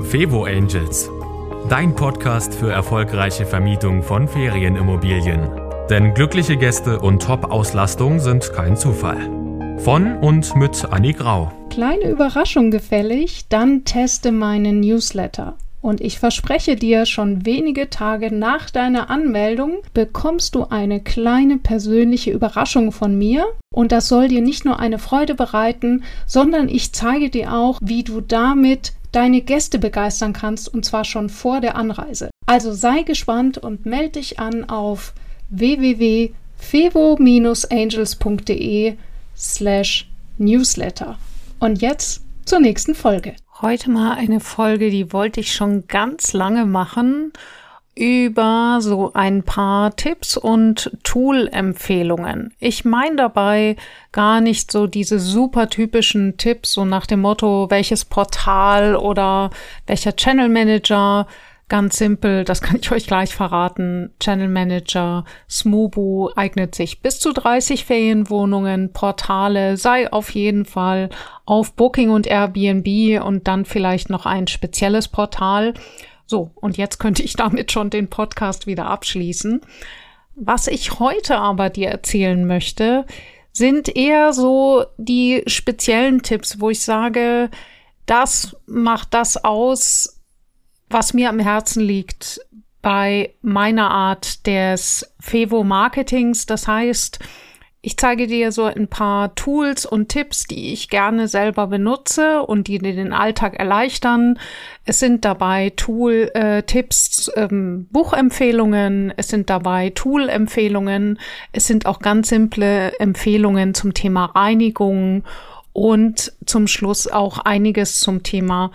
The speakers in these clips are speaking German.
Fevo Angels, dein Podcast für erfolgreiche Vermietung von Ferienimmobilien. Denn glückliche Gäste und Top-Auslastung sind kein Zufall. Von und mit Anni Grau. Kleine Überraschung gefällig, dann teste meinen Newsletter. Und ich verspreche dir, schon wenige Tage nach deiner Anmeldung bekommst du eine kleine persönliche Überraschung von mir. Und das soll dir nicht nur eine Freude bereiten, sondern ich zeige dir auch, wie du damit deine Gäste begeistern kannst, und zwar schon vor der Anreise. Also sei gespannt und melde dich an auf www.fevo-angels.de/newsletter. Und jetzt zur nächsten Folge. Heute mal eine Folge, die wollte ich schon ganz lange machen, über so ein paar Tipps und Tool-Empfehlungen. Ich meine dabei gar nicht so diese super typischen Tipps, so nach dem Motto, welches Portal oder welcher Channel Manager. Ganz simpel, das kann ich euch gleich verraten. Channel Manager, Smoobu eignet sich bis zu 30 Ferienwohnungen, Portale, sei auf jeden Fall auf Booking und Airbnb und dann vielleicht noch ein spezielles Portal. So, und jetzt könnte ich damit schon den Podcast wieder abschließen. Was ich heute aber dir erzählen möchte, sind eher so die speziellen Tipps, wo ich sage, das macht das aus, was mir am Herzen liegt bei meiner Art des Fevo-Marketings. Das heißt, ich zeige dir so ein paar Tools und Tipps, die ich gerne selber benutze und die dir den Alltag erleichtern. Es sind dabei Tipps, Buchempfehlungen, es sind dabei Tool-Empfehlungen, es sind auch ganz simple Empfehlungen zum Thema Reinigung und zum Schluss auch einiges zum Thema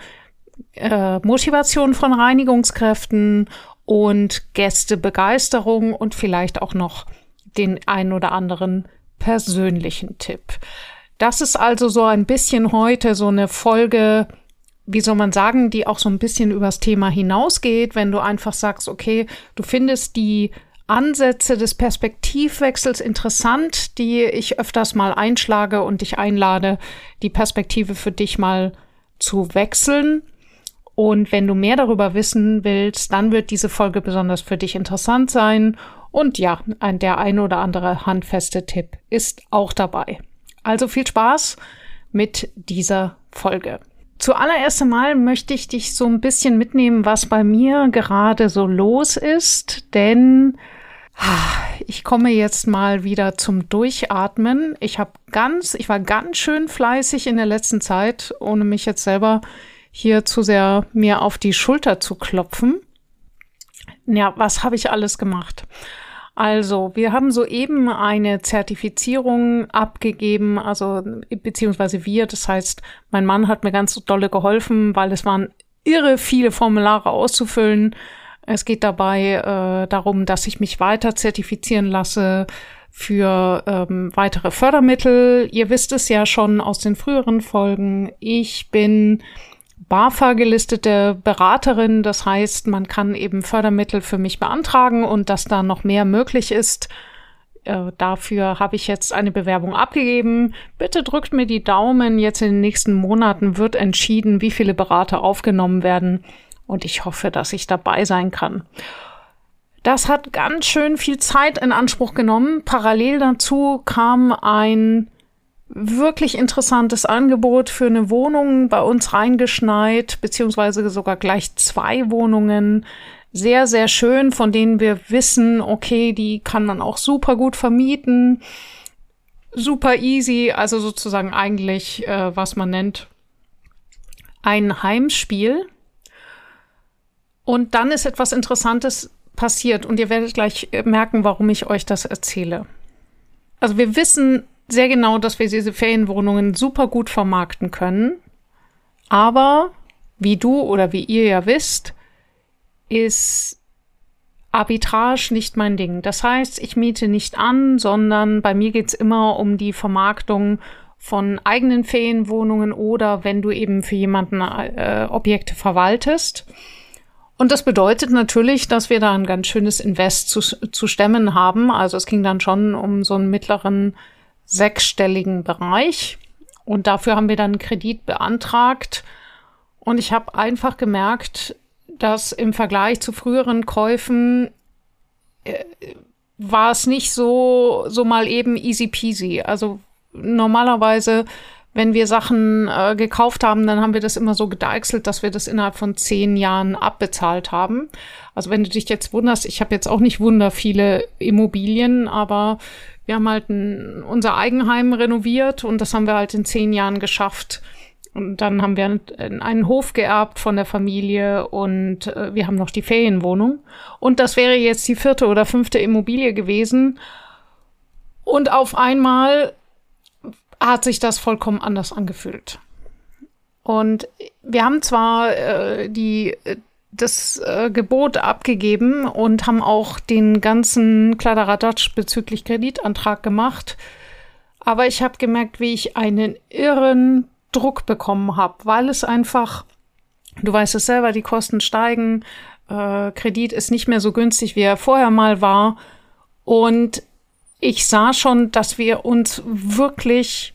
Motivation von Reinigungskräften und Gästebegeisterung und vielleicht auch noch den ein oder anderen persönlichen Tipp. Das ist also so ein bisschen heute so eine Folge, wie soll man sagen, die auch so ein bisschen übers Thema hinausgeht, wenn du einfach sagst, okay, du findest die Ansätze des Perspektivwechsels interessant, die ich öfters mal einschlage und dich einlade, die Perspektive für dich mal zu wechseln. Und wenn du mehr darüber wissen willst, dann wird diese Folge besonders für dich interessant sein. Und ja, der ein oder andere handfeste Tipp ist auch dabei. Also viel Spaß mit dieser Folge. Zuallererst einmal möchte ich dich so ein bisschen mitnehmen, was bei mir gerade so los ist, denn ich komme jetzt mal wieder zum Durchatmen. Ich war ganz schön fleißig in der letzten Zeit, ohne mich jetzt selber hier zu sehr mir auf die Schulter zu klopfen. Ja, was habe ich alles gemacht? Also, wir haben soeben eine Zertifizierung abgegeben, also beziehungsweise wir, das heißt, mein Mann hat mir ganz dolle geholfen, weil es waren irre viele Formulare auszufüllen. Es geht dabei darum, dass ich mich weiter zertifizieren lasse für weitere Fördermittel. Ihr wisst es ja schon aus den früheren Folgen. Ich bin BAFA gelistete Beraterin, das heißt, man kann eben Fördermittel für mich beantragen und dass da noch mehr möglich ist. Dafür habe ich jetzt eine Bewerbung abgegeben. Bitte drückt mir die Daumen. Jetzt in den nächsten Monaten wird entschieden, wie viele Berater aufgenommen werden. Und ich hoffe, dass ich dabei sein kann. Das hat ganz schön viel Zeit in Anspruch genommen. Parallel dazu kam ein wirklich interessantes Angebot für eine Wohnung bei uns reingeschneit, beziehungsweise sogar gleich 2 Wohnungen. Sehr, sehr schön, von denen wir wissen, okay, die kann man auch super gut vermieten. Super easy, also sozusagen eigentlich, was man nennt, ein Heimspiel. Und dann ist etwas Interessantes passiert und ihr werdet gleich merken, warum ich euch das erzähle. Also wir wissen sehr genau, dass wir diese Ferienwohnungen super gut vermarkten können. Aber, wie du oder wie ihr ja wisst, ist Arbitrage nicht mein Ding. Das heißt, ich miete nicht an, sondern bei mir geht's immer um die Vermarktung von eigenen Ferienwohnungen oder wenn du eben für jemanden Objekte verwaltest. Und das bedeutet natürlich, dass wir da ein ganz schönes Invest zu stemmen haben. Also es ging dann schon um so einen mittleren 6-stelligen Bereich. Und dafür haben wir dann einen Kredit beantragt. Und ich habe einfach gemerkt, dass im Vergleich zu früheren Käufen war es nicht so mal eben easy peasy. Also normalerweise, wenn wir Sachen gekauft haben, dann haben wir das immer so gedeichselt, dass wir das innerhalb von 10 Jahren abbezahlt haben. Also wenn du dich jetzt wunderst, ich habe jetzt auch nicht viele Immobilien, aber wir haben halt unser Eigenheim renoviert und das haben wir halt in 10 Jahren geschafft. Und dann haben wir einen Hof geerbt von der Familie und wir haben noch die Ferienwohnung. Und das wäre jetzt die 4. oder 5. Immobilie gewesen. Und auf einmal hat sich das vollkommen anders angefühlt. Und wir haben zwar das Gebot abgegeben und haben auch den ganzen Kladderadatsch bezüglich Kreditantrag gemacht. Aber ich habe gemerkt, wie ich einen irren Druck bekommen habe, weil es einfach, du weißt es selber, die Kosten steigen, Kredit ist nicht mehr so günstig, wie er vorher mal war. Und ich sah schon, dass wir uns wirklich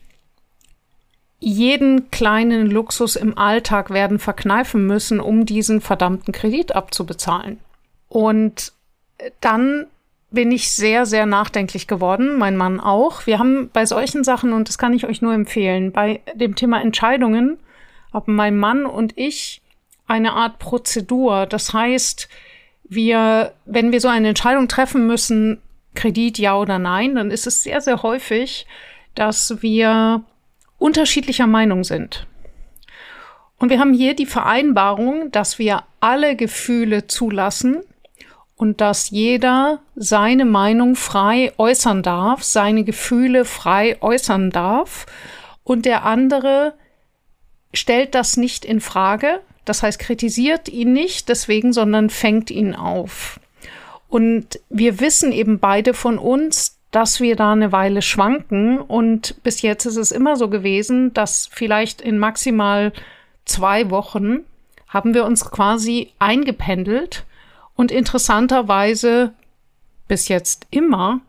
jeden kleinen Luxus im Alltag werden verkneifen müssen, um diesen verdammten Kredit abzubezahlen. Und dann bin ich sehr, sehr nachdenklich geworden, mein Mann auch. Wir haben bei solchen Sachen, und das kann ich euch nur empfehlen, bei dem Thema Entscheidungen haben mein Mann und ich eine Art Prozedur. Das heißt, wenn wir so eine Entscheidung treffen müssen, Kredit ja oder nein, dann ist es sehr, sehr häufig, dass wir unterschiedlicher Meinung sind. Und wir haben hier die Vereinbarung, dass wir alle Gefühle zulassen und dass jeder seine Meinung frei äußern darf, seine Gefühle frei äußern darf und der andere stellt das nicht in Frage, das heißt kritisiert ihn nicht deswegen, sondern fängt ihn auf. Und wir wissen eben beide von uns, dass wir da eine Weile schwanken und bis jetzt ist es immer so gewesen, dass vielleicht in maximal 2 Wochen haben wir uns quasi eingependelt und interessanterweise bis jetzt immer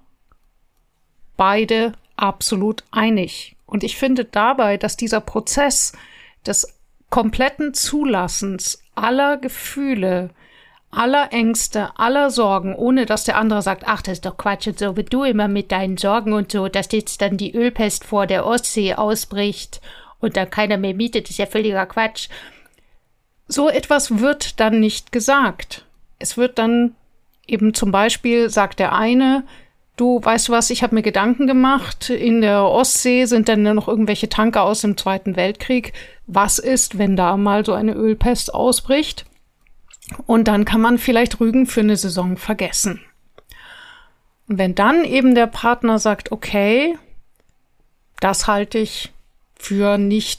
beide absolut einig. Und ich finde dabei, dass dieser Prozess des kompletten Zulassens aller Gefühle, aller Ängste, aller Sorgen, ohne dass der andere sagt, ach, das ist doch Quatsch und so, wie du immer mit deinen Sorgen und so, dass jetzt dann die Ölpest vor der Ostsee ausbricht und dann keiner mehr mietet, ist ja völliger Quatsch. So etwas wird dann nicht gesagt. Es wird dann eben zum Beispiel, sagt der eine, du, weißt du was, ich habe mir Gedanken gemacht, in der Ostsee sind dann noch irgendwelche Tanker aus dem Zweiten Weltkrieg. Was ist, wenn da mal so eine Ölpest ausbricht? Und dann kann man vielleicht Rügen für eine Saison vergessen. Und wenn dann eben der Partner sagt, okay, das halte ich für nicht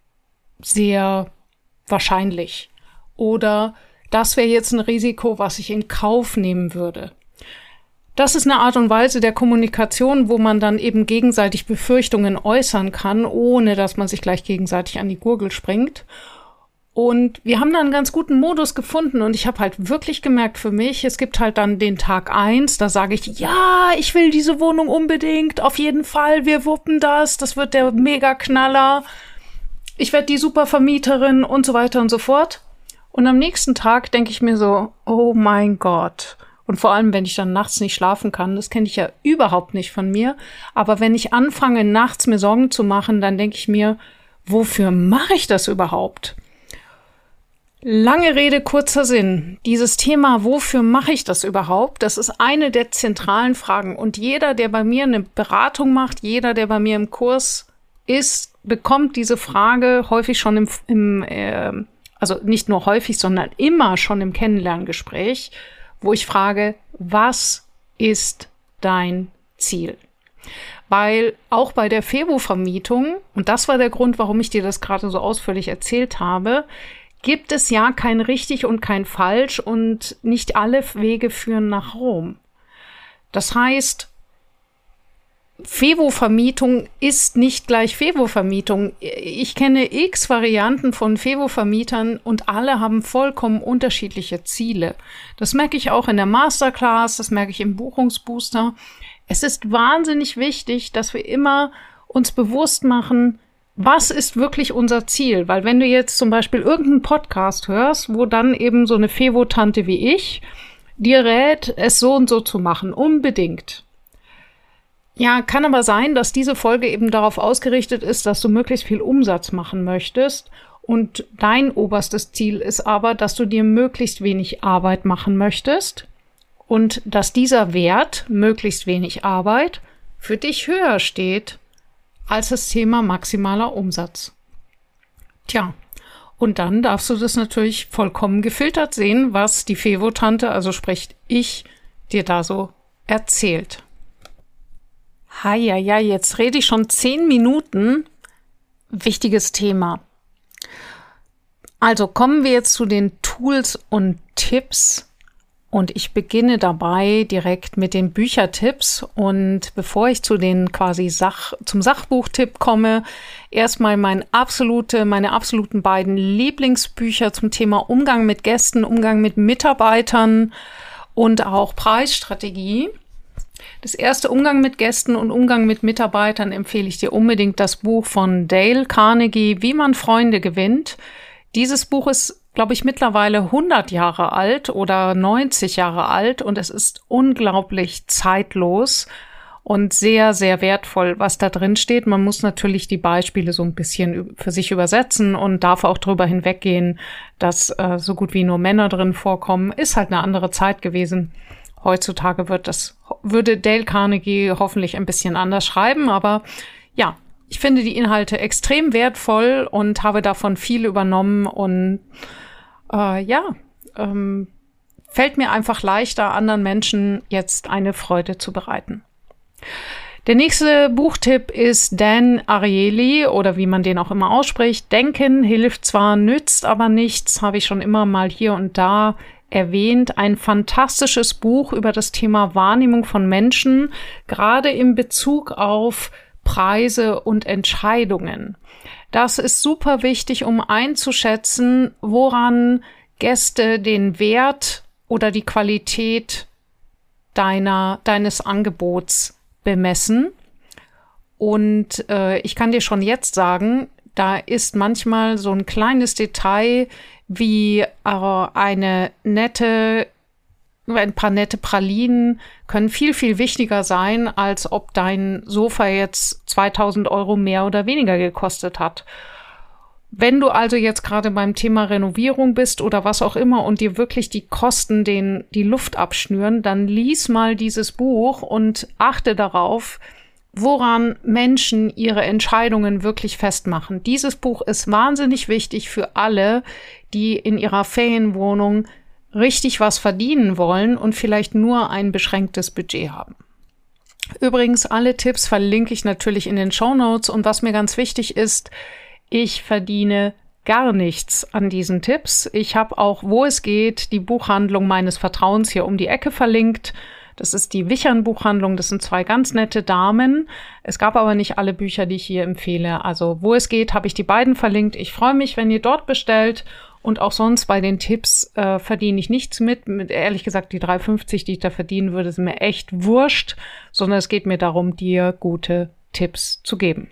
sehr wahrscheinlich. Oder das wäre jetzt ein Risiko, was ich in Kauf nehmen würde. Das ist eine Art und Weise der Kommunikation, wo man dann eben gegenseitig Befürchtungen äußern kann, ohne dass man sich gleich gegenseitig an die Gurgel springt. Und wir haben da einen ganz guten Modus gefunden und ich habe halt wirklich gemerkt für mich, es gibt halt dann den Tag 1, da sage ich, ja, ich will diese Wohnung unbedingt, auf jeden Fall, wir wuppen das wird der Mega-Knaller, ich werde die Supervermieterin und so weiter und so fort. Und am nächsten Tag denke ich mir so, oh mein Gott. Und vor allem, wenn ich dann nachts nicht schlafen kann, das kenne ich ja überhaupt nicht von mir, aber wenn ich anfange, nachts mir Sorgen zu machen, dann denke ich mir, wofür mache ich das überhaupt? Lange Rede, kurzer Sinn. Dieses Thema, wofür mache ich das überhaupt? Das ist eine der zentralen Fragen. Und jeder, der bei mir eine Beratung macht, jeder, der bei mir im Kurs ist, bekommt diese Frage häufig schon also nicht nur häufig, sondern immer schon im Kennenlerngespräch, wo ich frage, was ist dein Ziel? Weil auch bei der Fevo-Vermietung, und das war der Grund, warum ich dir das gerade so ausführlich erzählt habe, gibt es ja kein richtig und kein falsch und nicht alle Wege führen nach Rom. Das heißt, Fevo-Vermietung ist nicht gleich Fevo-Vermietung. Ich kenne x Varianten von Fevo-Vermietern und alle haben vollkommen unterschiedliche Ziele. Das merke ich auch in der Masterclass, das merke ich im Buchungsbooster. Es ist wahnsinnig wichtig, dass wir immer uns bewusst machen, was ist wirklich unser Ziel? Weil wenn du jetzt zum Beispiel irgendeinen Podcast hörst, wo dann eben so eine Fevo-Tante wie ich dir rät, es so und so zu machen, unbedingt. Ja, kann aber sein, dass diese Folge eben darauf ausgerichtet ist, dass du möglichst viel Umsatz machen möchtest. Und dein oberstes Ziel ist aber, dass du dir möglichst wenig Arbeit machen möchtest und dass dieser Wert, möglichst wenig Arbeit, für dich höher steht als das Thema maximaler Umsatz. Tja, und dann darfst du das natürlich vollkommen gefiltert sehen, was die Fevo-Tante, also sprich ich, dir da so erzählt. Ja, jetzt rede ich schon 10 Minuten. Wichtiges Thema. Also kommen wir jetzt zu den Tools und Tipps. Und ich beginne dabei direkt mit den Büchertipps. Und bevor ich zu den zum Sachbuchtipp komme, erstmal meine absoluten beiden Lieblingsbücher zum Thema Umgang mit Gästen, Umgang mit Mitarbeitern und auch Preisstrategie. Das erste, Umgang mit Gästen und Umgang mit Mitarbeitern, empfehle ich dir unbedingt das Buch von Dale Carnegie, Wie man Freunde gewinnt. Dieses Buch ist, glaube ich, mittlerweile 100 Jahre alt oder 90 Jahre alt und es ist unglaublich zeitlos und sehr, sehr wertvoll, was da drin steht. Man muss natürlich die Beispiele so ein bisschen für sich übersetzen und darf auch drüber hinweggehen, dass so gut wie nur Männer drin vorkommen. Ist halt eine andere Zeit gewesen. Heutzutage würde Dale Carnegie hoffentlich ein bisschen anders schreiben, aber ja, ich finde die Inhalte extrem wertvoll und habe davon viel übernommen und fällt mir einfach leichter, anderen Menschen jetzt eine Freude zu bereiten. Der nächste Buchtipp ist Dan Ariely oder wie man den auch immer ausspricht. Denken hilft zwar, nützt aber nichts, habe ich schon immer mal hier und da erwähnt. Ein fantastisches Buch über das Thema Wahrnehmung von Menschen, gerade in Bezug auf Preise und Entscheidungen. Das ist super wichtig, um einzuschätzen, woran Gäste den Wert oder die Qualität deines Angebots bemessen. Und ich kann dir schon jetzt sagen, da ist manchmal so ein kleines Detail wie ein paar nette Pralinen können viel, viel wichtiger sein, als ob dein Sofa jetzt 2.000 € mehr oder weniger gekostet hat. Wenn du also jetzt gerade beim Thema Renovierung bist oder was auch immer und dir wirklich die Kosten die Luft abschnüren, dann lies mal dieses Buch und achte darauf, woran Menschen ihre Entscheidungen wirklich festmachen. Dieses Buch ist wahnsinnig wichtig für alle, die in ihrer Ferienwohnung richtig was verdienen wollen und vielleicht nur ein beschränktes Budget haben. Übrigens, alle Tipps verlinke ich natürlich in den Shownotes und was mir ganz wichtig ist, ich verdiene gar nichts an diesen Tipps. Ich habe auch, wo es geht, die Buchhandlung meines Vertrauens hier um die Ecke verlinkt. Das ist die Wichern-Buchhandlung. Das sind 2 ganz nette Damen. Es gab aber nicht alle Bücher, die ich hier empfehle. Also, wo es geht, habe ich die beiden verlinkt. Ich freue mich, wenn ihr dort bestellt. Und auch sonst bei den Tipps verdiene ich nichts mit. Ehrlich gesagt, die 3,50, die ich da verdienen würde, sind mir echt wurscht. Sondern es geht mir darum, dir gute Tipps zu geben.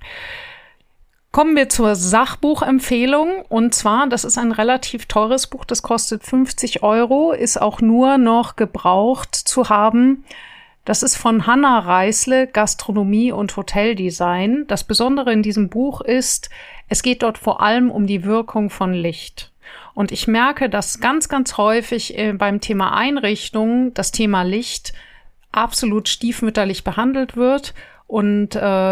Kommen wir zur Sachbuchempfehlung. Und zwar, das ist ein relativ teures Buch, das kostet 50 €, ist auch nur noch gebraucht zu haben. Das ist von Hanna Reisle, Gastronomie und Hoteldesign. Das Besondere in diesem Buch ist, es geht dort vor allem um die Wirkung von Licht. Und ich merke, dass ganz, ganz häufig beim Thema Einrichtung das Thema Licht absolut stiefmütterlich behandelt wird. Und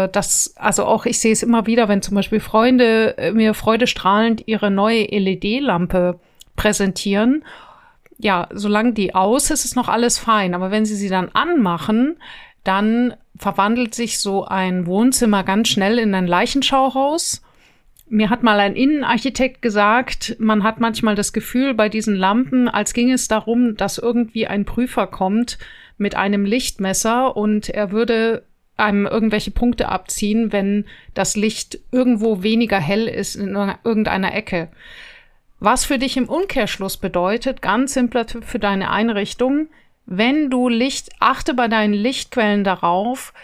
ich sehe es immer wieder, wenn zum Beispiel Freunde mir freudestrahlend ihre neue LED-Lampe präsentieren. Ja, solange die aus ist, ist noch alles fein. Aber wenn sie dann anmachen, dann verwandelt sich so ein Wohnzimmer ganz schnell in ein Leichenschauhaus. Mir hat mal ein Innenarchitekt gesagt, man hat manchmal das Gefühl bei diesen Lampen, als ging es darum, dass irgendwie ein Prüfer kommt mit einem Lichtmesser und er würde einem irgendwelche Punkte abziehen, wenn das Licht irgendwo weniger hell ist in irgendeiner Ecke. Was für dich im Umkehrschluss bedeutet, ganz simpler Tipp für deine Einrichtung, wenn du achte bei deinen Lichtquellen darauf,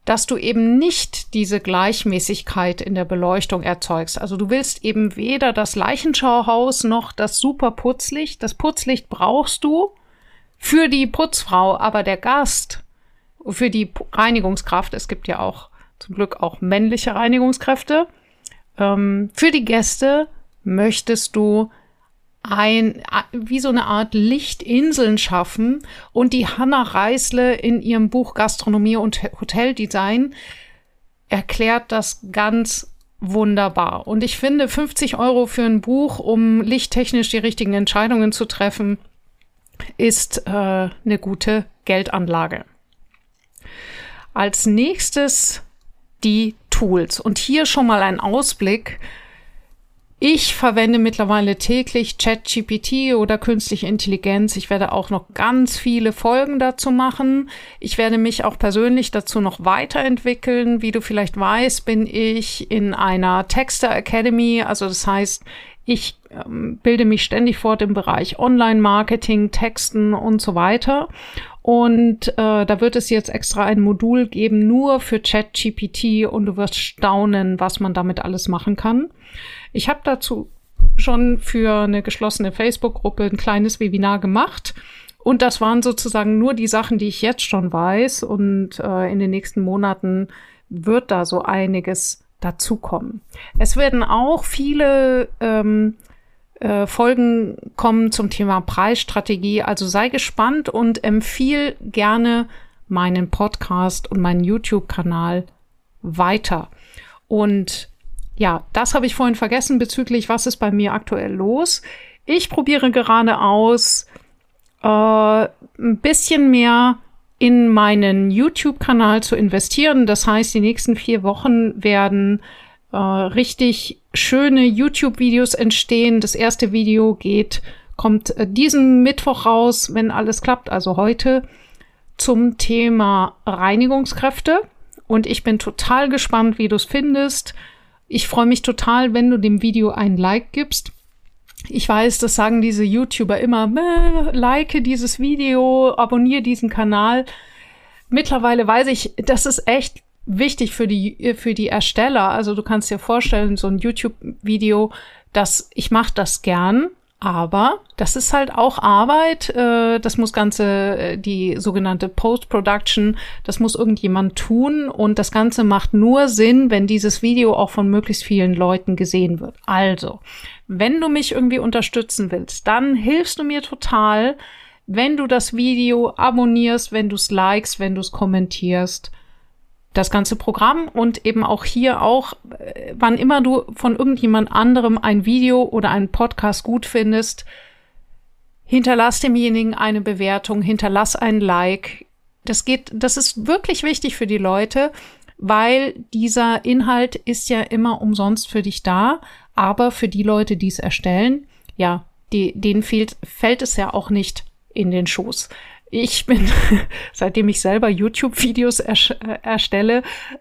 dass du eben nicht diese Gleichmäßigkeit in der Beleuchtung erzeugst. Also du willst eben weder das Leichenschauhaus noch das super Putzlicht. Das Putzlicht brauchst du für die Putzfrau, aber der Gast, für die Reinigungskraft, es gibt ja auch zum Glück auch männliche Reinigungskräfte, für die Gäste möchtest du wie so eine Art Lichtinseln schaffen, und die Hannah Reisle in ihrem Buch Gastronomie und Hoteldesign erklärt das ganz wunderbar. Und ich finde 50 € für ein Buch, um lichttechnisch die richtigen Entscheidungen zu treffen, ist eine gute Geldanlage. Als nächstes die Tools. Und hier schon mal ein Ausblick. Ich verwende mittlerweile täglich ChatGPT oder künstliche Intelligenz. Ich werde auch noch ganz viele Folgen dazu machen. Ich werde mich auch persönlich dazu noch weiterentwickeln. Wie du vielleicht weißt, bin ich in einer Texter Academy. Also das heißt, ich bilde mich ständig fort im Bereich Online-Marketing, Texten und so weiter. Und da wird es jetzt extra ein Modul geben, nur für ChatGPT, und du wirst staunen, was man damit alles machen kann. Ich habe dazu schon für eine geschlossene Facebook-Gruppe ein kleines Webinar gemacht. Und das waren sozusagen nur die Sachen, die ich jetzt schon weiß. Und in den nächsten Monaten wird da so einiges dazukommen. Es werden auch viele Folgen kommen zum Thema Preisstrategie. Also sei gespannt und empfiehl gerne meinen Podcast und meinen YouTube-Kanal weiter. Und ja, das habe ich vorhin vergessen bezüglich, was ist bei mir aktuell los. Ich probiere gerade aus, ein bisschen mehr in meinen YouTube-Kanal zu investieren. Das heißt, die nächsten 4 Wochen werden richtig schöne YouTube-Videos entstehen. Das erste Video kommt diesen Mittwoch raus, wenn alles klappt, also heute, zum Thema Reinigungskräfte. Und ich bin total gespannt, wie du es findest. Ich freue mich total, wenn du dem Video ein Like gibst. Ich weiß, das sagen diese YouTuber immer, like dieses Video, abonniere diesen Kanal. Mittlerweile weiß ich, das ist echt wichtig für die Ersteller. Also du kannst dir vorstellen, so ein YouTube-Video, ich mache das gern, aber das ist halt auch Arbeit. Das muss die sogenannte Post-Production, das muss irgendjemand tun, und das Ganze macht nur Sinn, wenn dieses Video auch von möglichst vielen Leuten gesehen wird. Also, wenn du mich irgendwie unterstützen willst, dann hilfst du mir total, wenn du das Video abonnierst, wenn du es likest, wenn du es kommentierst. Das ganze Programm und eben auch hier wann immer du von irgendjemand anderem ein Video oder einen Podcast gut findest, hinterlass demjenigen eine Bewertung, hinterlass ein Like. Das ist wirklich wichtig für die Leute, weil dieser Inhalt ist ja immer umsonst für dich da, aber für die Leute, die es erstellen, ja, denen fällt es ja auch nicht in den Schoß. Ich bin, seitdem ich selber YouTube-Videos erstelle,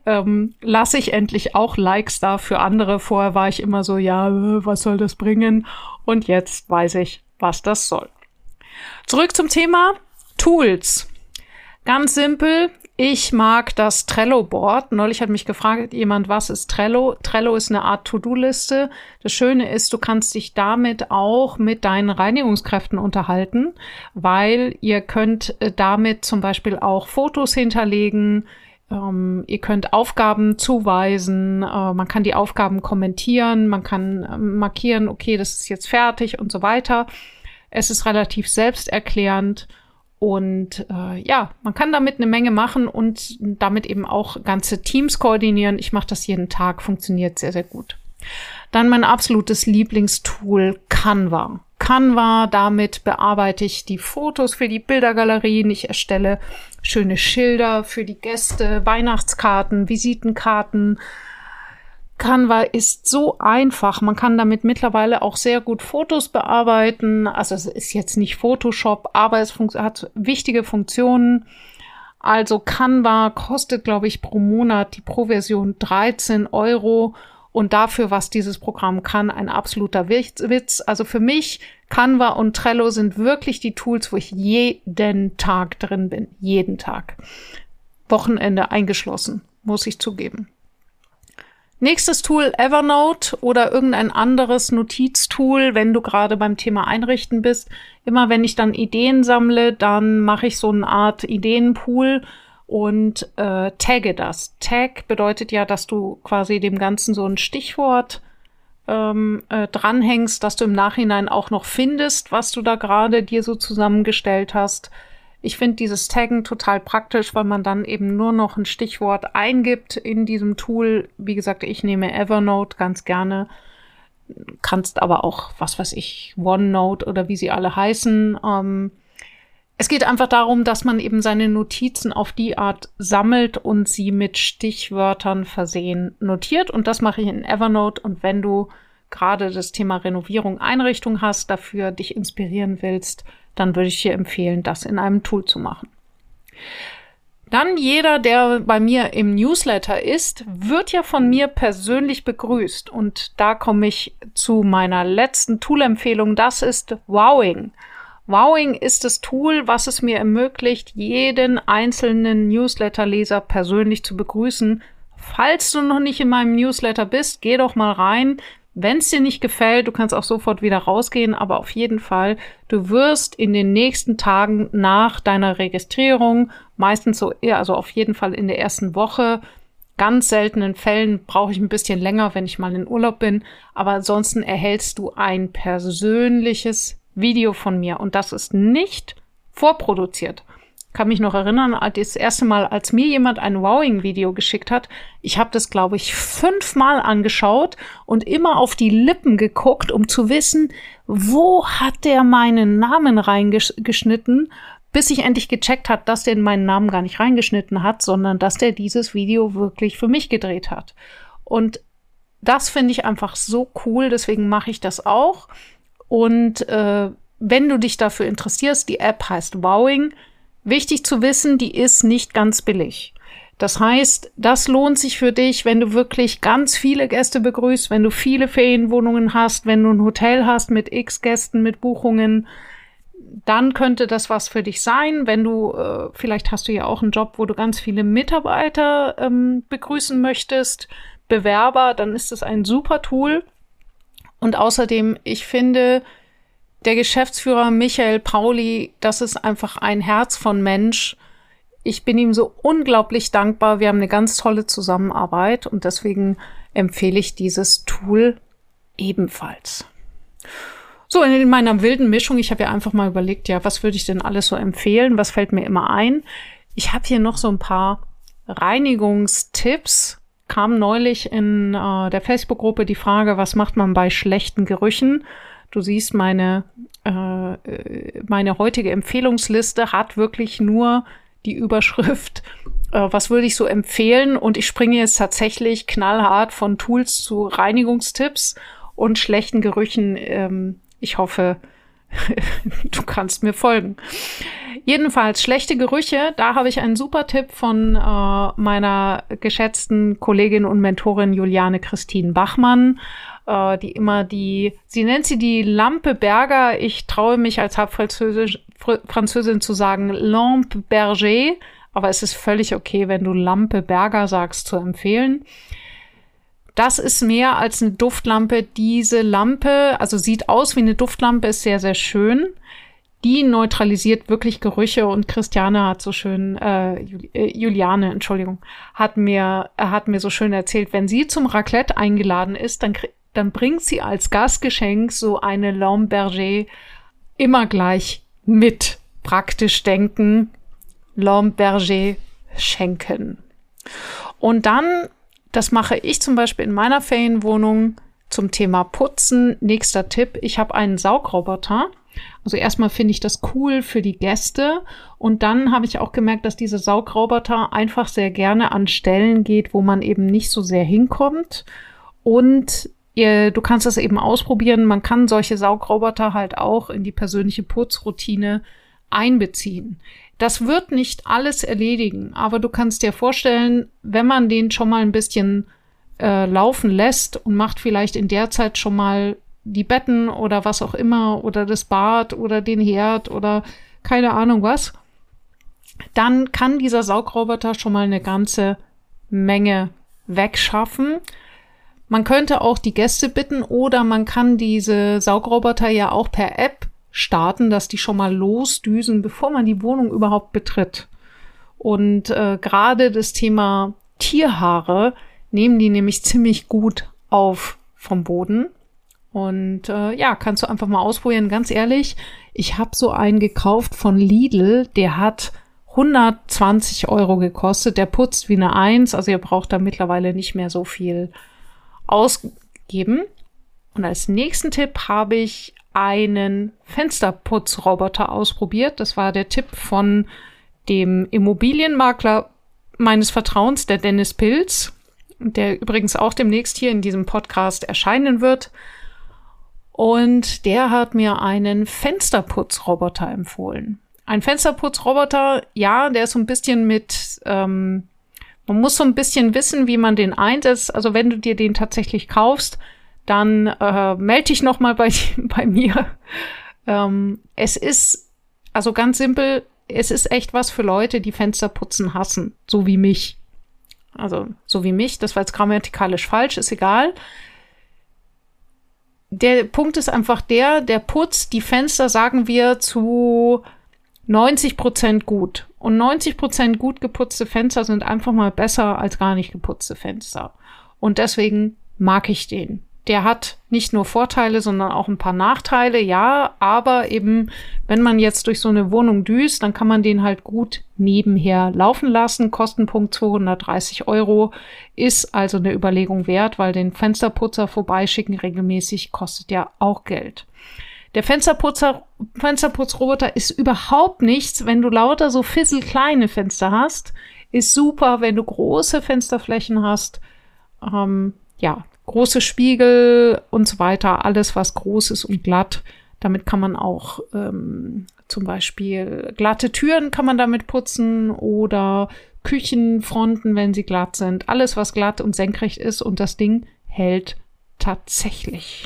lasse ich endlich auch Likes da für andere. Vorher war ich immer so, ja, was soll das bringen? Und jetzt weiß ich, was das soll. Zurück zum Thema Tools. Ganz simpel. Ich mag das Trello-Board. Neulich hat mich gefragt jemand, was ist Trello? Trello ist eine Art To-Do-Liste. Das Schöne ist, du kannst dich damit auch mit deinen Reinigungskräften unterhalten, weil ihr könnt damit zum Beispiel auch Fotos hinterlegen. Ihr könnt Aufgaben zuweisen. Man kann die Aufgaben kommentieren. Man kann markieren, okay, das ist jetzt fertig und so weiter. Es ist relativ selbsterklärend. Und man kann damit eine Menge machen und damit eben auch ganze Teams koordinieren. Ich mache das jeden Tag, funktioniert sehr, sehr gut. Dann mein absolutes Lieblingstool Canva. Canva, damit bearbeite ich die Fotos für die Bildergalerien. Ich erstelle schöne Schilder für die Gäste, Weihnachtskarten, Visitenkarten. Canva ist so einfach. Man kann damit mittlerweile auch sehr gut Fotos bearbeiten. Also es ist jetzt nicht Photoshop, aber es hat wichtige Funktionen. Also Canva kostet, glaube ich, pro Monat die Pro-Version 13 €. Und dafür, was dieses Programm kann, ein absoluter Witz. Also für mich, Canva und Trello sind wirklich die Tools, wo ich jeden Tag drin bin. Jeden Tag. Wochenende eingeschlossen. muss ich zugeben. Nächstes Tool, Evernote oder irgendein anderes Notiztool, wenn du gerade beim Thema Einrichten bist. Immer wenn ich dann Ideen sammle, dann mache ich so eine Art Ideenpool und tagge das. Tag bedeutet ja, dass du quasi dem Ganzen so ein Stichwort dranhängst, dass du im Nachhinein auch noch findest, was du da gerade dir so zusammengestellt hast. Ich finde dieses Taggen total praktisch, weil man dann eben nur noch ein Stichwort eingibt in diesem Tool. Wie gesagt, ich nehme Evernote ganz gerne. Kannst aber auch, was weiß ich, OneNote oder wie sie alle heißen. Es geht einfach darum, dass man eben seine Notizen auf die Art sammelt und sie mit Stichwörtern versehen notiert. Und das mache ich in Evernote. Und wenn du gerade das Thema Renovierung, Einrichtung hast, dafür dich inspirieren willst, dann würde ich dir empfehlen, das in einem Tool zu machen. Dann jeder, der bei mir im Newsletter ist, wird ja von mir persönlich begrüßt. Und da komme ich zu meiner letzten Tool-Empfehlung. Das ist Wowing. Wowing ist das Tool, was es mir ermöglicht, jeden einzelnen Newsletter-Leser persönlich zu begrüßen. Falls du noch nicht in meinem Newsletter bist, geh doch mal rein. Wenn es dir nicht gefällt, du kannst auch sofort wieder rausgehen, aber auf jeden Fall, du wirst in den nächsten Tagen nach deiner Registrierung, meistens so, also auf jeden Fall in der ersten Woche, ganz seltenen Fällen brauche ich ein bisschen länger, wenn ich mal in Urlaub bin, aber ansonsten erhältst du ein persönliches Video von mir und das ist nicht vorproduziert. Ich kann mich noch erinnern, das erste Mal, als mir jemand ein Wowing-Video geschickt hat, ich habe das, glaube ich, 5-mal angeschaut und immer auf die Lippen geguckt, um zu wissen, wo hat der meinen Namen reingeschnitten, bis ich endlich gecheckt hat, dass der meinen Namen gar nicht reingeschnitten hat, sondern dass der dieses Video wirklich für mich gedreht hat. Und das finde ich einfach so cool, deswegen mache ich das auch. Und wenn du dich dafür interessierst, die App heißt Wowing. Wichtig zu wissen, die ist nicht ganz billig. Das heißt, das lohnt sich für dich, wenn du wirklich ganz viele Gäste begrüßt, wenn du viele Ferienwohnungen hast, wenn du ein Hotel hast mit x Gästen, mit Buchungen, dann könnte das was für dich sein. Wenn du, vielleicht hast du ja auch einen Job, wo du ganz viele Mitarbeiter begrüßen möchtest, Bewerber, dann ist es ein super Tool. Und außerdem, ich finde, der Geschäftsführer Michael Pauli, das ist einfach ein Herz von Mensch. Ich bin ihm so unglaublich dankbar. Wir haben eine ganz tolle Zusammenarbeit und deswegen empfehle ich dieses Tool ebenfalls. So, in meiner wilden Mischung, ich habe ja einfach mal überlegt, ja, was würde ich denn alles so empfehlen? Was fällt mir immer ein? Ich habe hier noch so ein paar Reinigungstipps. Kam neulich in der Facebook-Gruppe die Frage, was macht man bei schlechten Gerüchen? Du siehst, meine heutige Empfehlungsliste hat wirklich nur die Überschrift, was würde ich so empfehlen? Und ich springe jetzt tatsächlich knallhart von Tools zu Reinigungstipps und schlechten Gerüchen. Ich hoffe, du kannst mir folgen. Jedenfalls, schlechte Gerüche, da habe ich einen super Tipp von meiner geschätzten Kollegin und Mentorin Juliane Christine Bachmann, sie nennt sie die Lampe Berger. Ich traue mich als Halbfranzösin zu sagen Lampe Berger, aber es ist völlig okay, wenn du Lampe Berger sagst, zu empfehlen. Das ist mehr als eine Duftlampe. Diese Lampe, also sieht aus wie eine Duftlampe, ist sehr, sehr schön. Die neutralisiert wirklich Gerüche und Juliane, Entschuldigung, hat mir so schön erzählt, wenn sie zum Raclette eingeladen ist, dann bringt sie als Gastgeschenk so eine Lampe Berger immer gleich mit. Praktisch denken, Lampe Berger schenken. Und dann, das mache ich zum Beispiel in meiner Ferienwohnung zum Thema Putzen. Nächster Tipp, ich habe einen Saugroboter. Also erstmal finde ich das cool für die Gäste und dann habe ich auch gemerkt, dass dieser Saugroboter einfach sehr gerne an Stellen geht, wo man eben nicht so sehr hinkommt und du kannst das eben ausprobieren. Man kann solche Saugroboter halt auch in die persönliche Putzroutine einbeziehen. Das wird nicht alles erledigen, aber du kannst dir vorstellen, wenn man den schon mal ein bisschen laufen lässt und macht vielleicht in der Zeit schon mal die Betten oder was auch immer oder das Bad oder den Herd oder keine Ahnung was, dann kann dieser Saugroboter schon mal eine ganze Menge wegschaffen. Man könnte auch die Gäste bitten oder man kann diese Saugroboter ja auch per App starten, dass die schon mal losdüsen, bevor man die Wohnung überhaupt betritt. Und gerade das Thema Tierhaare nehmen die nämlich ziemlich gut auf vom Boden. Und kannst du einfach mal ausprobieren. Ganz ehrlich, ich habe so einen gekauft von Lidl, der hat 120 € gekostet. Der putzt wie eine 1, also ihr braucht da mittlerweile nicht mehr so viel ausgeben. Und als nächsten Tipp habe ich einen Fensterputzroboter ausprobiert. Das war der Tipp von dem Immobilienmakler meines Vertrauens, der Dennis Pilz, der übrigens auch demnächst hier in diesem Podcast erscheinen wird. Und der hat mir einen Fensterputzroboter empfohlen. Ein Fensterputzroboter, ja, der ist so ein bisschen man muss so ein bisschen wissen, wie man den einsetzt. Also wenn du dir den tatsächlich kaufst, dann melde dich nochmal bei mir. Es ist, also ganz simpel, es ist echt was für Leute, die Fensterputzen hassen, so wie mich. Also so wie mich, das war jetzt grammatikalisch falsch, ist egal. Der Punkt ist einfach der putzt die Fenster, sagen wir, zu 90% gut. Und 90% gut geputzte Fenster sind einfach mal besser als gar nicht geputzte Fenster. Und deswegen mag ich den. Der hat nicht nur Vorteile, sondern auch ein paar Nachteile, ja, aber eben, wenn man jetzt durch so eine Wohnung düst, dann kann man den halt gut nebenher laufen lassen. Kostenpunkt 230 €, ist also eine Überlegung wert, weil den Fensterputzer vorbeischicken regelmäßig kostet ja auch Geld. Der Fensterputzroboter ist überhaupt nichts, wenn du lauter so fisselkleine Fenster hast. Ist super, wenn du große Fensterflächen hast, große Spiegel und so weiter, alles was groß ist und glatt. Damit kann man auch zum Beispiel glatte Türen kann man damit putzen oder Küchenfronten, wenn sie glatt sind. Alles, was glatt und senkrecht ist und das Ding hält tatsächlich.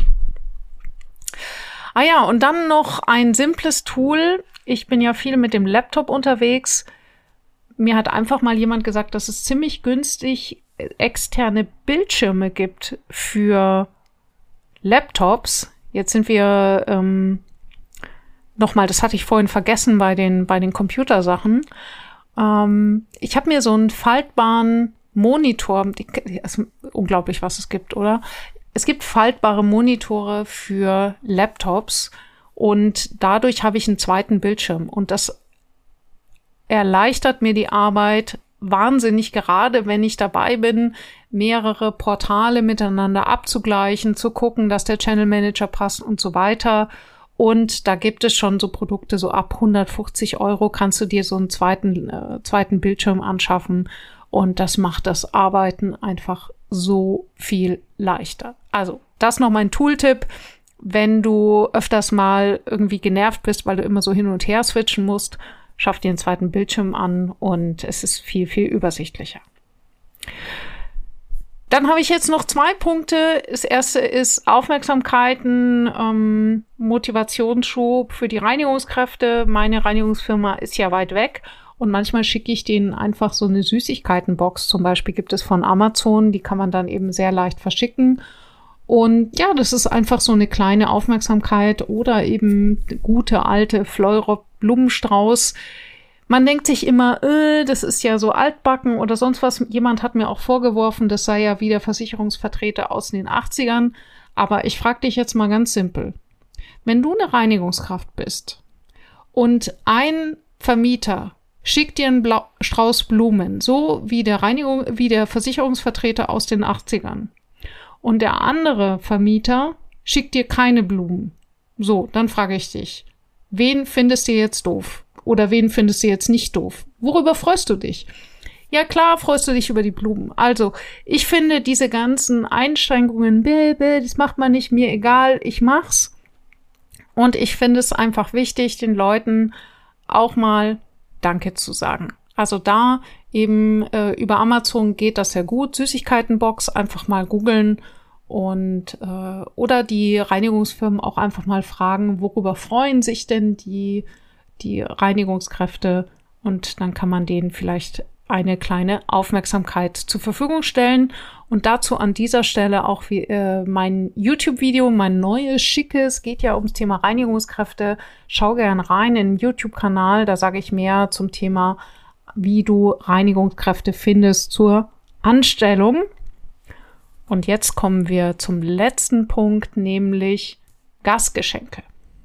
Ah ja, und dann noch ein simples Tool. Ich bin ja viel mit dem Laptop unterwegs. Mir hat einfach mal jemand gesagt, dass es ziemlich günstig externe Bildschirme gibt für Laptops. Jetzt sind wir nochmal, das hatte ich vorhin vergessen bei den Computersachen. Ich habe mir so einen faltbaren Monitor, ist unglaublich, was es gibt, oder? Es gibt faltbare Monitore für Laptops und dadurch habe ich einen zweiten Bildschirm und das erleichtert mir die Arbeit wahnsinnig, gerade wenn ich dabei bin, mehrere Portale miteinander abzugleichen, zu gucken, dass der Channel Manager passt und so weiter. Und da gibt es schon so Produkte, so ab 150 € kannst du dir so einen zweiten Bildschirm anschaffen. Und das macht das Arbeiten einfach so viel leichter. Also, das noch mein Tooltip. Wenn du öfters mal irgendwie genervt bist, weil du immer so hin und her switchen musst, schaff dir einen zweiten Bildschirm an und es ist viel, viel übersichtlicher. Dann habe ich jetzt noch 2 Punkte. Das erste ist Aufmerksamkeiten, Motivationsschub für die Reinigungskräfte. Meine Reinigungsfirma ist ja weit weg und manchmal schicke ich denen einfach so eine Süßigkeitenbox. Zum Beispiel gibt es von Amazon, die kann man dann eben sehr leicht verschicken. Und ja, das ist einfach so eine kleine Aufmerksamkeit oder eben gute alte Fleurop-Blumenstrauß. Man denkt sich immer, das ist ja so altbacken oder sonst was. Jemand hat mir auch vorgeworfen, das sei ja wie der Versicherungsvertreter aus den 80ern. Aber ich frage dich jetzt mal ganz simpel. Wenn du eine Reinigungskraft bist und ein Vermieter schickt dir einen Strauß Blumen, so wie der Versicherungsvertreter aus den 80ern, und der andere Vermieter schickt dir keine Blumen. So, dann frage ich dich, wen findest du jetzt doof? Oder wen findest du jetzt nicht doof? Worüber freust du dich? Ja klar, freust du dich über die Blumen. Also, ich finde diese ganzen Einschränkungen, das macht man nicht, mir egal, ich mach's. Und ich finde es einfach wichtig, den Leuten auch mal Danke zu sagen. Also da eben über Amazon geht das sehr gut. Süßigkeitenbox, einfach mal googeln und oder die Reinigungsfirmen auch einfach mal fragen, worüber freuen sich denn die Reinigungskräfte, und dann kann man denen vielleicht eine kleine Aufmerksamkeit zur Verfügung stellen. Und dazu an dieser Stelle auch mein YouTube-Video, mein neues, schickes, geht ja ums Thema Reinigungskräfte. Schau gern rein in den YouTube-Kanal, da sage ich mehr zum Thema, wie du Reinigungskräfte findest zur Anstellung. Und jetzt kommen wir zum letzten Punkt, nämlich Gastgeschenke.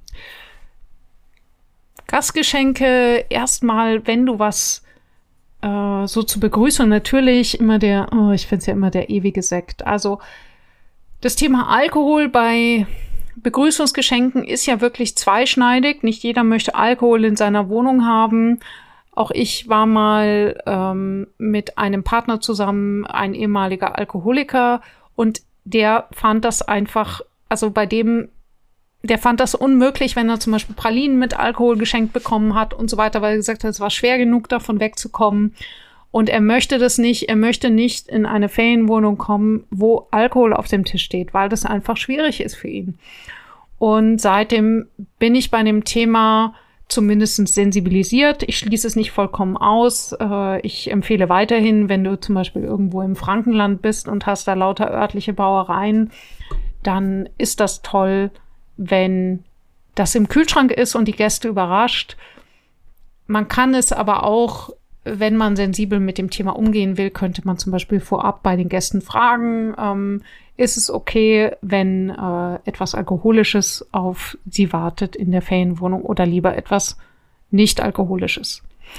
Gastgeschenke, erstmal, wenn du was so zur Begrüßung, natürlich immer ich finde es ja immer der ewige Sekt. Also das Thema Alkohol bei Begrüßungsgeschenken ist ja wirklich zweischneidig. Nicht jeder möchte Alkohol in seiner Wohnung haben. Auch ich war mal mit einem Partner zusammen, ein ehemaliger Alkoholiker, und der fand das einfach, also der fand das unmöglich, wenn er zum Beispiel Pralinen mit Alkohol geschenkt bekommen hat und so weiter, weil er gesagt hat, es war schwer genug, davon wegzukommen. Und er möchte das nicht. Er möchte nicht in eine Ferienwohnung kommen, wo Alkohol auf dem Tisch steht, weil das einfach schwierig ist für ihn. Und seitdem bin ich bei dem Thema zumindest sensibilisiert. Ich schließe es nicht vollkommen aus. Ich empfehle weiterhin, wenn du zum Beispiel irgendwo im Frankenland bist und hast da lauter örtliche Brauereien, dann ist das toll, wenn das im Kühlschrank ist und die Gäste überrascht. Man kann es aber auch, wenn man sensibel mit dem Thema umgehen will, könnte man zum Beispiel vorab bei den Gästen fragen, ist es okay, wenn etwas Alkoholisches auf sie wartet in der Ferienwohnung oder lieber etwas Nicht-Alkoholisches.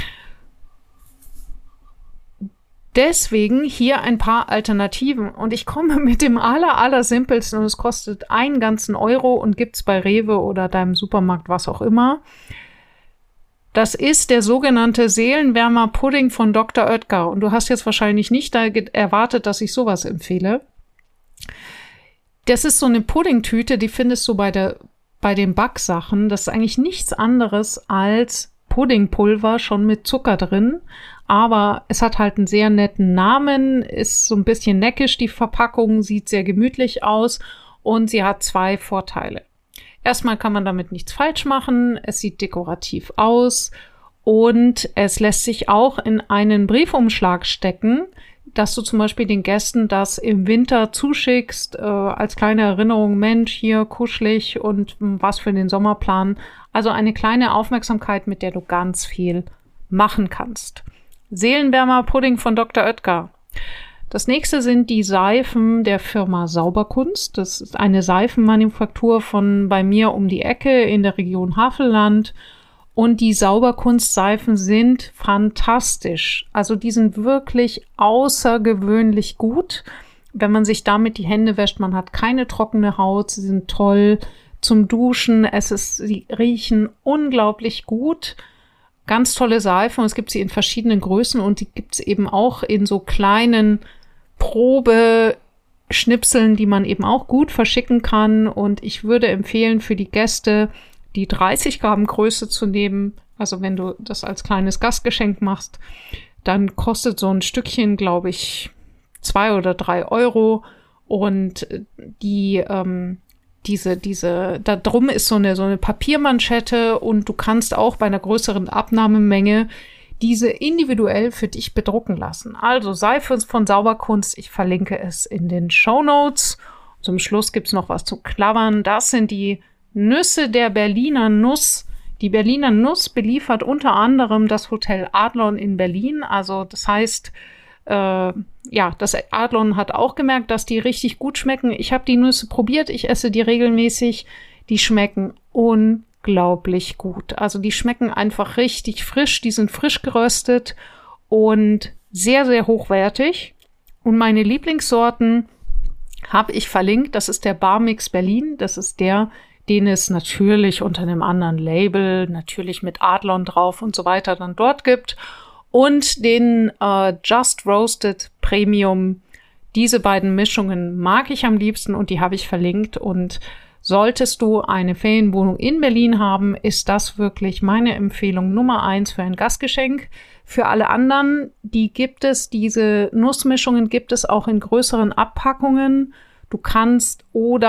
Deswegen hier ein paar Alternativen. Und ich komme mit dem allersimpelsten, und es kostet einen ganzen Euro und gibt's bei Rewe oder deinem Supermarkt, was auch immer. Das ist der sogenannte Seelenwärmer-Pudding von Dr. Oetker. Und du hast jetzt wahrscheinlich nicht erwartet, dass ich sowas empfehle. Das ist so eine Puddingtüte, die findest du bei den Backsachen. Das ist eigentlich nichts anderes als Puddingpulver, schon mit Zucker drin. Aber es hat halt einen sehr netten Namen, ist so ein bisschen neckisch, die Verpackung, sieht sehr gemütlich aus und sie hat 2 Vorteile. Erstmal kann man damit nichts falsch machen, es sieht dekorativ aus und es lässt sich auch in einen Briefumschlag stecken, dass du zum Beispiel den Gästen das im Winter zuschickst, als kleine Erinnerung, Mensch, hier kuschelig und was für den Sommerplan. Also eine kleine Aufmerksamkeit, mit der du ganz viel machen kannst. Seelenwärmer-Pudding von Dr. Oetker. Das nächste sind die Seifen der Firma Sauberkunst. Das ist eine Seifenmanufaktur von bei mir um die Ecke in der Region Havelland. Und die Sauberkunstseifen sind fantastisch. Also die sind wirklich außergewöhnlich gut. Wenn man sich damit die Hände wäscht, man hat keine trockene Haut. Sie sind toll zum Duschen. Sie riechen unglaublich gut. Ganz tolle Seifen. Es gibt sie in verschiedenen Größen und die gibt es eben auch in so kleinen Probeschnipseln, die man eben auch gut verschicken kann. Und ich würde empfehlen, für die Gäste die 30 Gramm Größe zu nehmen. Also wenn du das als kleines Gastgeschenk machst, dann kostet so ein Stückchen, glaube ich, 2 oder 3 Euro. Und da drum ist so eine Papiermanschette und du kannst auch bei einer größeren Abnahmemenge diese individuell für dich bedrucken lassen. Also Seife von Sauberkunst, ich verlinke es in den Shownotes. Zum Schluss gibt's noch was zu klappern. Das sind die Nüsse der Berliner Nuss. Die Berliner Nuss beliefert unter anderem das Hotel Adlon in Berlin. Also das heißt, das Adlon hat auch gemerkt, dass die richtig gut schmecken. Ich habe die Nüsse probiert, ich esse die regelmäßig. Die schmecken unglaublich gut. Also die schmecken einfach richtig frisch. Die sind frisch geröstet und sehr, sehr hochwertig. Und meine Lieblingssorten habe ich verlinkt. Das ist der Barmix Berlin. Das ist der, den es natürlich unter einem anderen Label, natürlich mit Adlon drauf und so weiter dann dort gibt. Und den Just Roasted Premium. Diese beiden Mischungen mag ich am liebsten und die habe ich verlinkt. Und solltest du eine Ferienwohnung in Berlin haben, ist das wirklich meine Empfehlung Nummer 1 für ein Gastgeschenk. Für alle anderen, diese Nussmischungen gibt es auch in größeren Abpackungen. Du kannst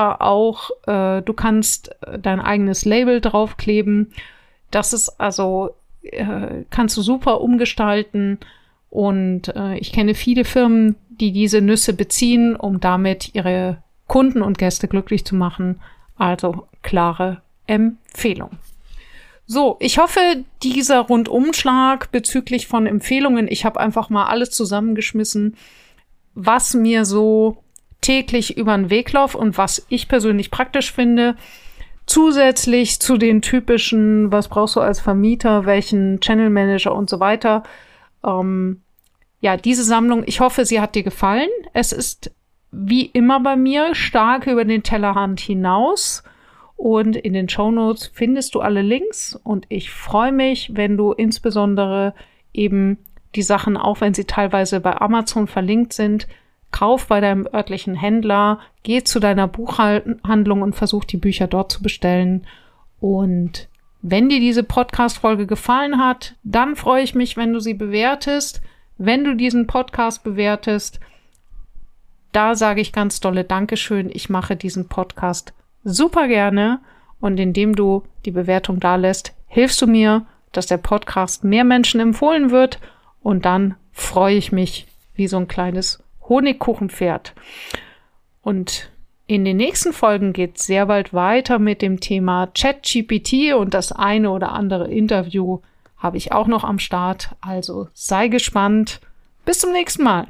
dein eigenes Label draufkleben. Das ist also kannst du super umgestalten Und ich kenne viele Firmen, die diese Nüsse beziehen, um damit ihre Kunden und Gäste glücklich zu machen. Also klare Empfehlung. So, ich hoffe, dieser Rundumschlag bezüglich von Empfehlungen, ich habe einfach mal alles zusammengeschmissen, was mir so täglich über den Weg läuft und was ich persönlich praktisch finde. Zusätzlich zu den typischen, was brauchst du als Vermieter, welchen Channel Manager und so weiter. Diese Sammlung, ich hoffe, sie hat dir gefallen. Es ist wie immer bei mir stark über den Tellerrand hinaus. Und in den Shownotes findest du alle Links. Und ich freue mich, wenn du insbesondere eben die Sachen, auch wenn sie teilweise bei Amazon verlinkt sind, kauf bei deinem örtlichen Händler, geh zu deiner Buchhandlung und versuch die Bücher dort zu bestellen. Und wenn dir diese Podcast-Folge gefallen hat, dann freue ich mich, wenn du sie bewertest. Wenn du diesen Podcast bewertest, da sage ich ganz dolle Dankeschön. Ich mache diesen Podcast super gerne. Und indem du die Bewertung da lässt, hilfst du mir, dass der Podcast mehr Menschen empfohlen wird. Und dann freue ich mich wie so ein kleines Honigkuchenpferd. Und in den nächsten Folgen geht es sehr bald weiter mit dem Thema ChatGPT und das eine oder andere Interview habe ich auch noch am Start. Also sei gespannt. Bis zum nächsten Mal.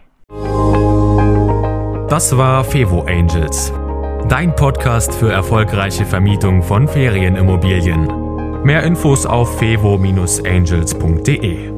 Das war Fevo Angels, dein Podcast für erfolgreiche Vermietung von Ferienimmobilien. Mehr Infos auf fevo-angels.de.